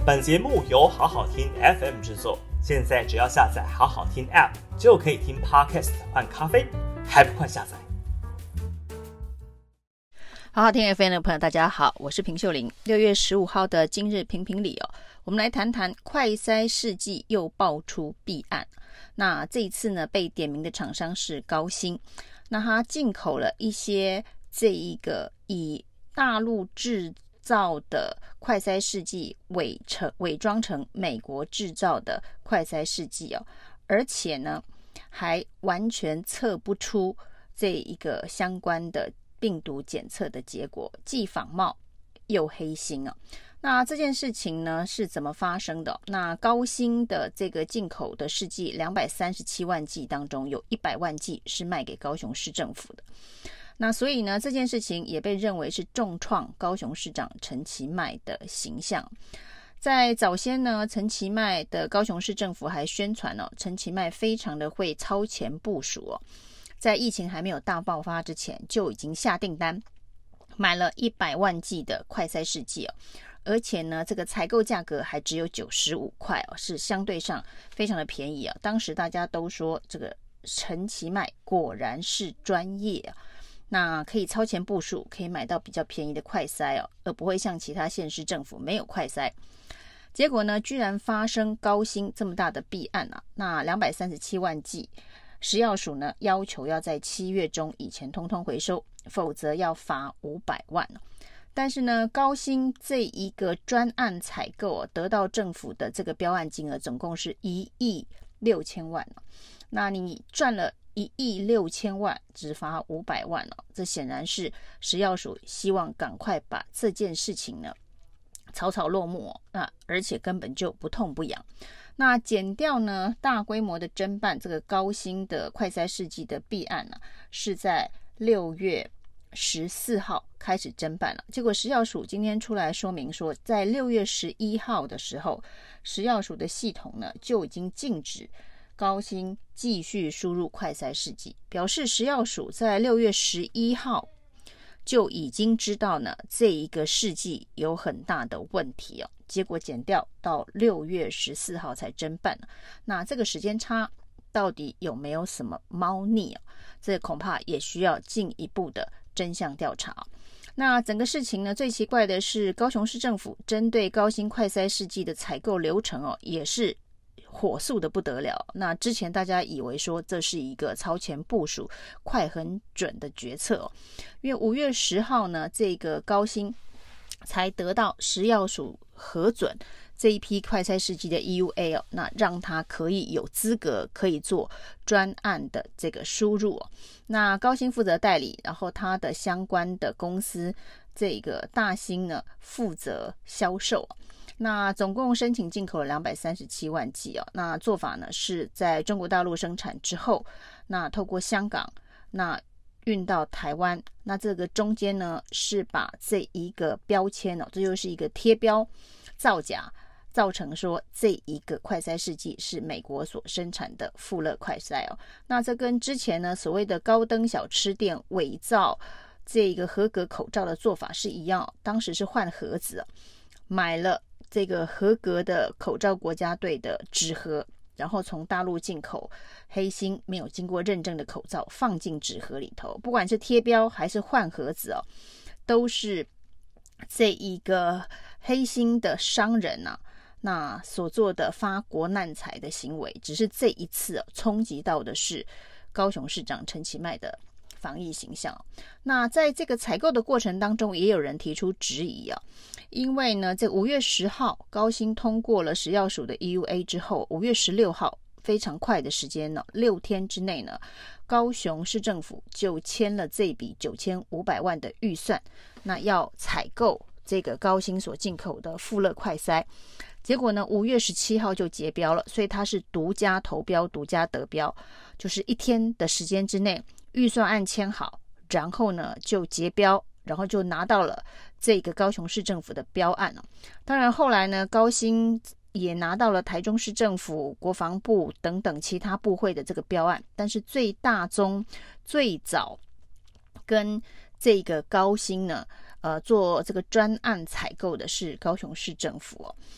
本节目由好好听 FM 制作，现在只要下载好好听 App 就可以听 Podcast 换咖啡，还不快下载？ 好好听 FM 的朋友大家好，我是平秀玲。6月15号的今日评评理我们来谈谈快筛试剂又爆出弊案。那这一次呢，被点名的厂商是高新，那它进口了一些这一个以大陆制造的快筛试剂伪装成美国制造的快筛试剂而且呢还完全测不出这一个相关的病毒检测的结果，既仿冒又黑心那这件事情呢是怎么发生的？那高新的这个进口的试剂237万剂当中，有100万剂是卖给高雄市政府的。那所以呢，这件事情也被认为是重创高雄市长陈其迈的形象。在早先呢，陈其迈的高雄市政府还宣传陈其迈非常的会超前部署在疫情还没有大爆发之前，就已经下订单买了100万剂的快筛试剂而且呢，这个采购价格还只有95块是相对上非常的便宜当时大家都说这个陈其迈果然是专业那可以超前部署，可以买到比较便宜的快筛而不会像其他县市政府没有快筛。结果呢，居然发生高新这么大的弊案那237万剂，食药署呢要求要在7月中以前通通回收，否则要罚500万但是呢，高新这一个专案采购得到政府的这个标案金额总共是1亿6千万那你赚了1亿6千万，只罚500万这显然是食药署希望赶快把这件事情呢草草落幕而且根本就不痛不痒。那检调呢大规模的侦办这个高新的快筛试剂的弊案是在6月14号开始侦办了。结果食药署今天出来说明说，在6月11号的时候，食药署的系统呢就已经禁止高新继续输入快筛试剂，表示食药署在6月11号就已经知道呢这一个试剂有很大的问题结果检调到6月14号才侦办那这个时间差到底有没有什么猫腻这恐怕也需要进一步的真相调查那整个事情呢，最奇怪的是高雄市政府针对高新快筛试剂的采购流程也是火速的不得了。那之前大家以为说这是一个超前部署快很准的决策因为5月10号呢，这个高新才得到食药署核准这一批快筛试剂的 EUA 那让他可以有资格可以做专案的这个输入那高新负责代理，然后他的相关的公司这个大新呢负责销售那总共申请进口了237万剂那做法呢是在中国大陆生产之后，那透过香港那运到台湾，那这个中间呢是把这一个标签这就是一个贴标造假，造成说这一个快筛试剂是美国所生产的富乐快筛那这跟之前呢所谓的高登小吃店伪造这个合格口罩的做法是一样当时是换盒子买了这个合格的口罩国家队的纸盒，然后从大陆进口黑心没有经过认证的口罩放进纸盒里头，不管是贴标还是换盒子都是这一个黑心的商人那所做的发国难财的行为。只是这一次冲击到的是高雄市长陈其迈的防疫形象那在这个采购的过程当中，也有人提出质疑因为呢，这5月10号高新通过了食药署的 EUA 之后，5月16号非常快的时间6天之内呢，高雄市政府就签了这笔9500万的预算，那要采购这个高新所进口的富乐快筛。结果呢5月17号就结标了，所以它是独家投标独家得标，就是1天的时间之内预算案签好，然后呢就结标，然后就拿到了这个高雄市政府的标案当然后来呢高新也拿到了台中市政府、国防部等等其他部会的这个标案，但是最大宗最早跟这个高新呢做这个专案采购的是高雄市政府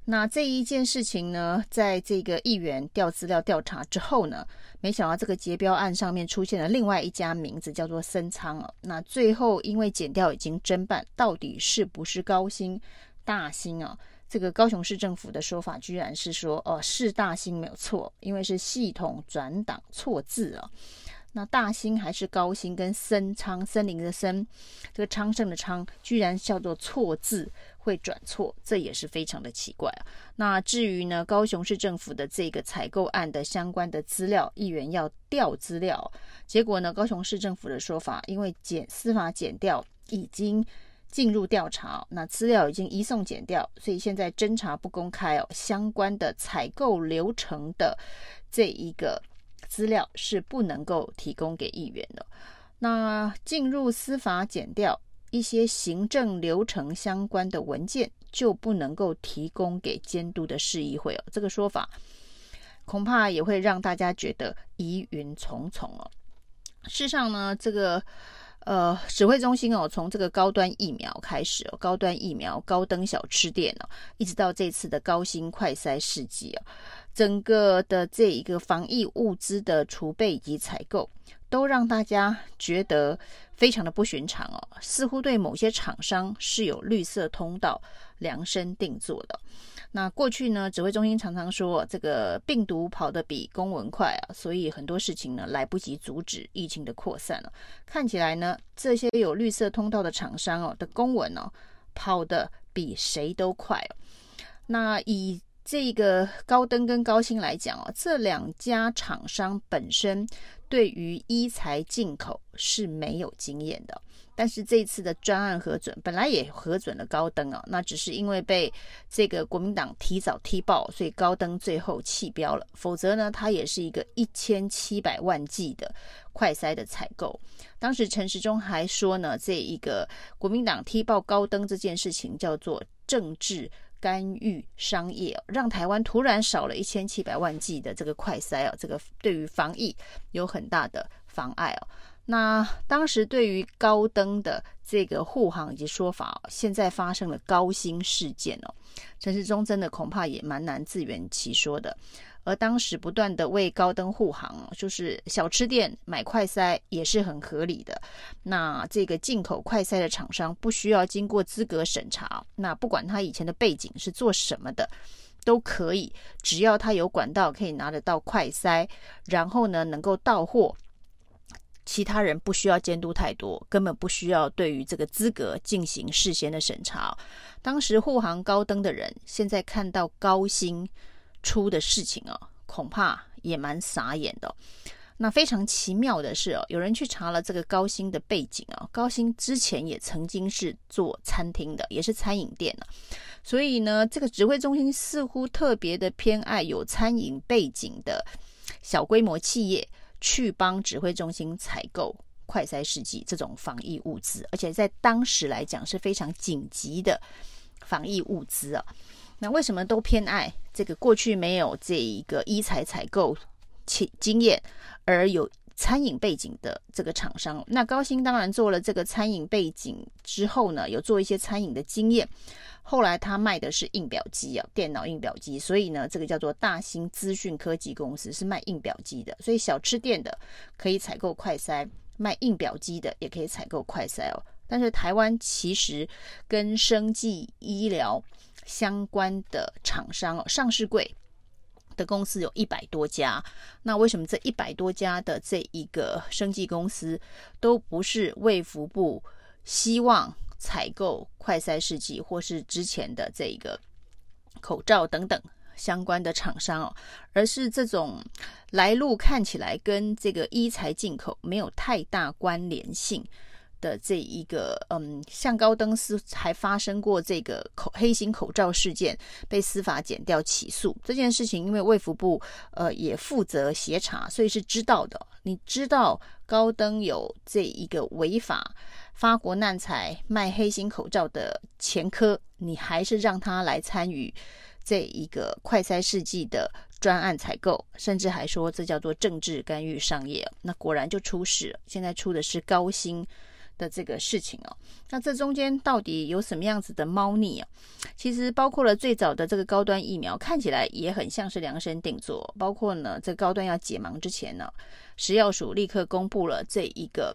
那这一件事情呢，在这个议员调资料调查之后呢，没想到这个结标案上面出现了另外一家名字，叫做森仓哦。那最后因为检调已经侦办，到底是不是高薪大薪啊？这个高雄市政府的说法居然是说，是大薪没有错，因为是系统转档错字啊。那大兴还是高兴跟森昌，森林的森，这个昌盛的昌，居然叫做错字，会转错，这也是非常的奇怪啊。那至于呢，高雄市政府的这个采购案的相关的资料，议员要调资料，结果呢，高雄市政府的说法，因为司法检调已经进入调查，那资料已经移送检调，所以现在侦查不公开哦，相关的采购流程的这一个资料是不能够提供给议员的。那进入司法检调，一些行政流程相关的文件就不能够提供给监督的市议会哦。这个说法恐怕也会让大家觉得疑云重重哦。事实上呢，这个指挥中心从这个高端疫苗开始高端疫苗、高登小吃店一直到这次的高薪快筛试剂整个的这一个防疫物资的储备以及采购，都让大家觉得非常的不寻常似乎对某些厂商是有绿色通道量身定做的。那过去呢，指挥中心常常说这个病毒跑得比公文快所以很多事情呢来不及阻止疫情的扩散看起来呢，这些有绿色通道的厂商的公文跑得比谁都快那以这个高登跟高兴来讲这两家厂商本身对于医材进口是没有经验的，但是这一次的专案核准本来也核准了高登那只是因为被这个国民党提早踢爆，所以高登最后弃标了，否则呢它也是一个1700万剂的快筛的采购。当时陈时中还说呢，这一个国民党踢爆高登这件事情叫做政治干预商业让台湾突然少了1700万剂的这个快筛这个对于防疫有很大的妨碍那当时对于高登的这个护航以及说法现在发生了高薪事件陈时中真的恐怕也蛮难自圆其说的。而当时不断的为高登护航就是小吃店买快筛也是很合理的。那这个进口快筛的厂商不需要经过资格审查，那不管他以前的背景是做什么的都可以，只要他有管道可以拿得到快筛，然后呢能够到货，其他人不需要监督太多，根本不需要对于这个资格进行事先的审查当时护航高登的人现在看到高薪出的事情恐怕也蛮傻眼的那非常奇妙的是有人去查了这个高薪的背景高薪之前也曾经是做餐厅的，也是餐饮店所以呢这个指挥中心似乎特别的偏爱有餐饮背景的小规模企业去帮指挥中心采购快筛试剂这种防疫物资，而且在当时来讲是非常紧急的防疫物资那为什么都偏爱这个过去没有这一个医材采购经验而有餐饮背景的这个厂商？那高兴当然做了这个餐饮背景之后呢，有做一些餐饮的经验，后来他卖的是印表机电脑印表机，所以呢这个叫做大兴资讯科技公司是卖印表机的，所以小吃店的可以采购快筛，卖印表机的也可以采购快筛但是台湾其实跟生技医疗相关的厂商上市柜的公司有100多家，那为什么这100多家的这一个生技公司都不是卫福部希望采购快筛试剂或是之前的这个口罩等等相关的厂商而是这种来路看起来跟这个医材进口没有太大关联性的这一个像高登斯还发生过这个黑心口罩事件，被司法检调起诉这件事情，因为卫福部也负责协查，所以是知道的。你知道高登有这一个违法发国难财卖黑心口罩的前科，你还是让他来参与这一个快筛试剂的专案采购，甚至还说这叫做政治干预商业，那果然就出事了。现在出的是高薪的这个事情哦。那这中间到底有什么样子的猫腻啊？其实包括了最早的这个高端疫苗，看起来也很像是量身定做。包括呢，这高端要解盲之前呢，食药署立刻公布了这一个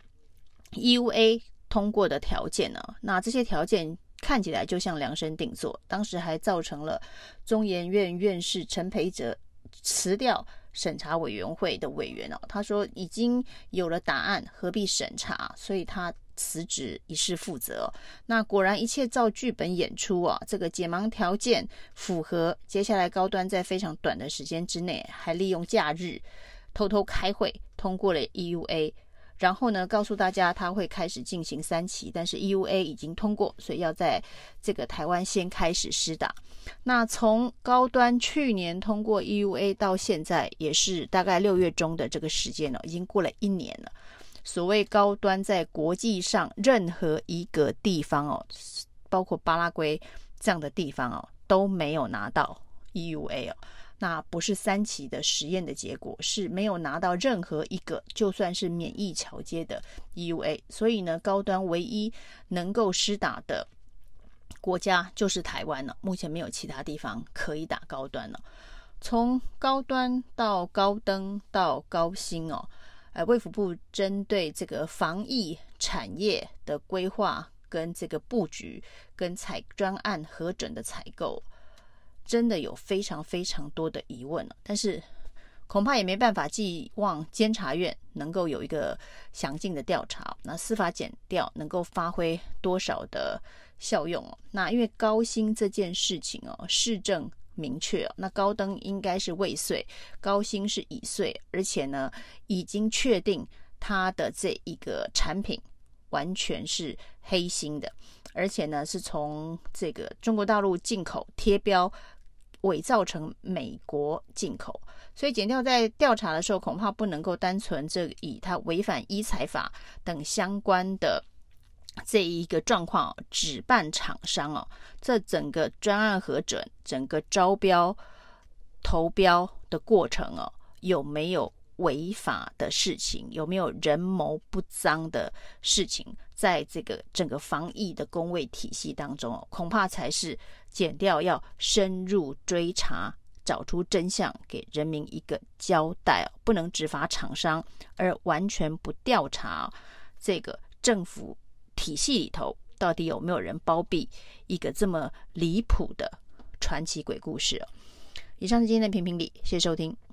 EUA 通过的条件呢。那这些条件看起来就像量身定做，当时还造成了中研院院士陈培哲辞掉审查委员会的委员哦。他说已经有了答案，何必审查？所以他辞职以示负责。那果然一切照剧本演出啊，这个解盲条件符合，接下来高端在非常短的时间之内，还利用假日偷偷开会通过了 EUA， 然后呢告诉大家他会开始进行3期，但是 EUA 已经通过，所以要在这个台湾先开始施打。那从高端去年通过 EUA 到现在也是大概6月中的这个时间了，已经过了1年了。所谓高端在国际上任何一个地方哦，包括巴拉圭这样的地方哦，都没有拿到 EUA 哦。那不是3期的实验的结果，是没有拿到任何一个就算是免疫桥接的 EUA。所以呢，高端唯一能够施打的国家就是台湾了，目前没有其他地方可以打高端了。从高端到高登到高新哦，卫福部针对这个防疫产业的规划跟这个布局跟专案核准的采购，真的有非常非常多的疑问，但是恐怕也没办法寄望监察院能够有一个详尽的调查，那司法检调能够发挥多少的效用。那因为高新这件事情市政明确，那高登应该是未遂，高新是已遂，而且呢已经确定它的这一个产品完全是黑心的，而且呢是从这个中国大陆进口贴标伪造成美国进口，所以检调在调查的时候恐怕不能够单纯以它违反医材法等相关的这一个状况只办厂商这整个专案核准、整个招标、投标的过程有没有违法的事情，有没有人谋不臧的事情，在这个整个防疫的公卫体系当中恐怕才是检调要深入追查，找出真相，给人民一个交代不能只罚厂商，而完全不调查这个政府体系里头到底有没有人包庇一个这么离谱的传奇鬼故事以上是今天的评评理，谢谢收听。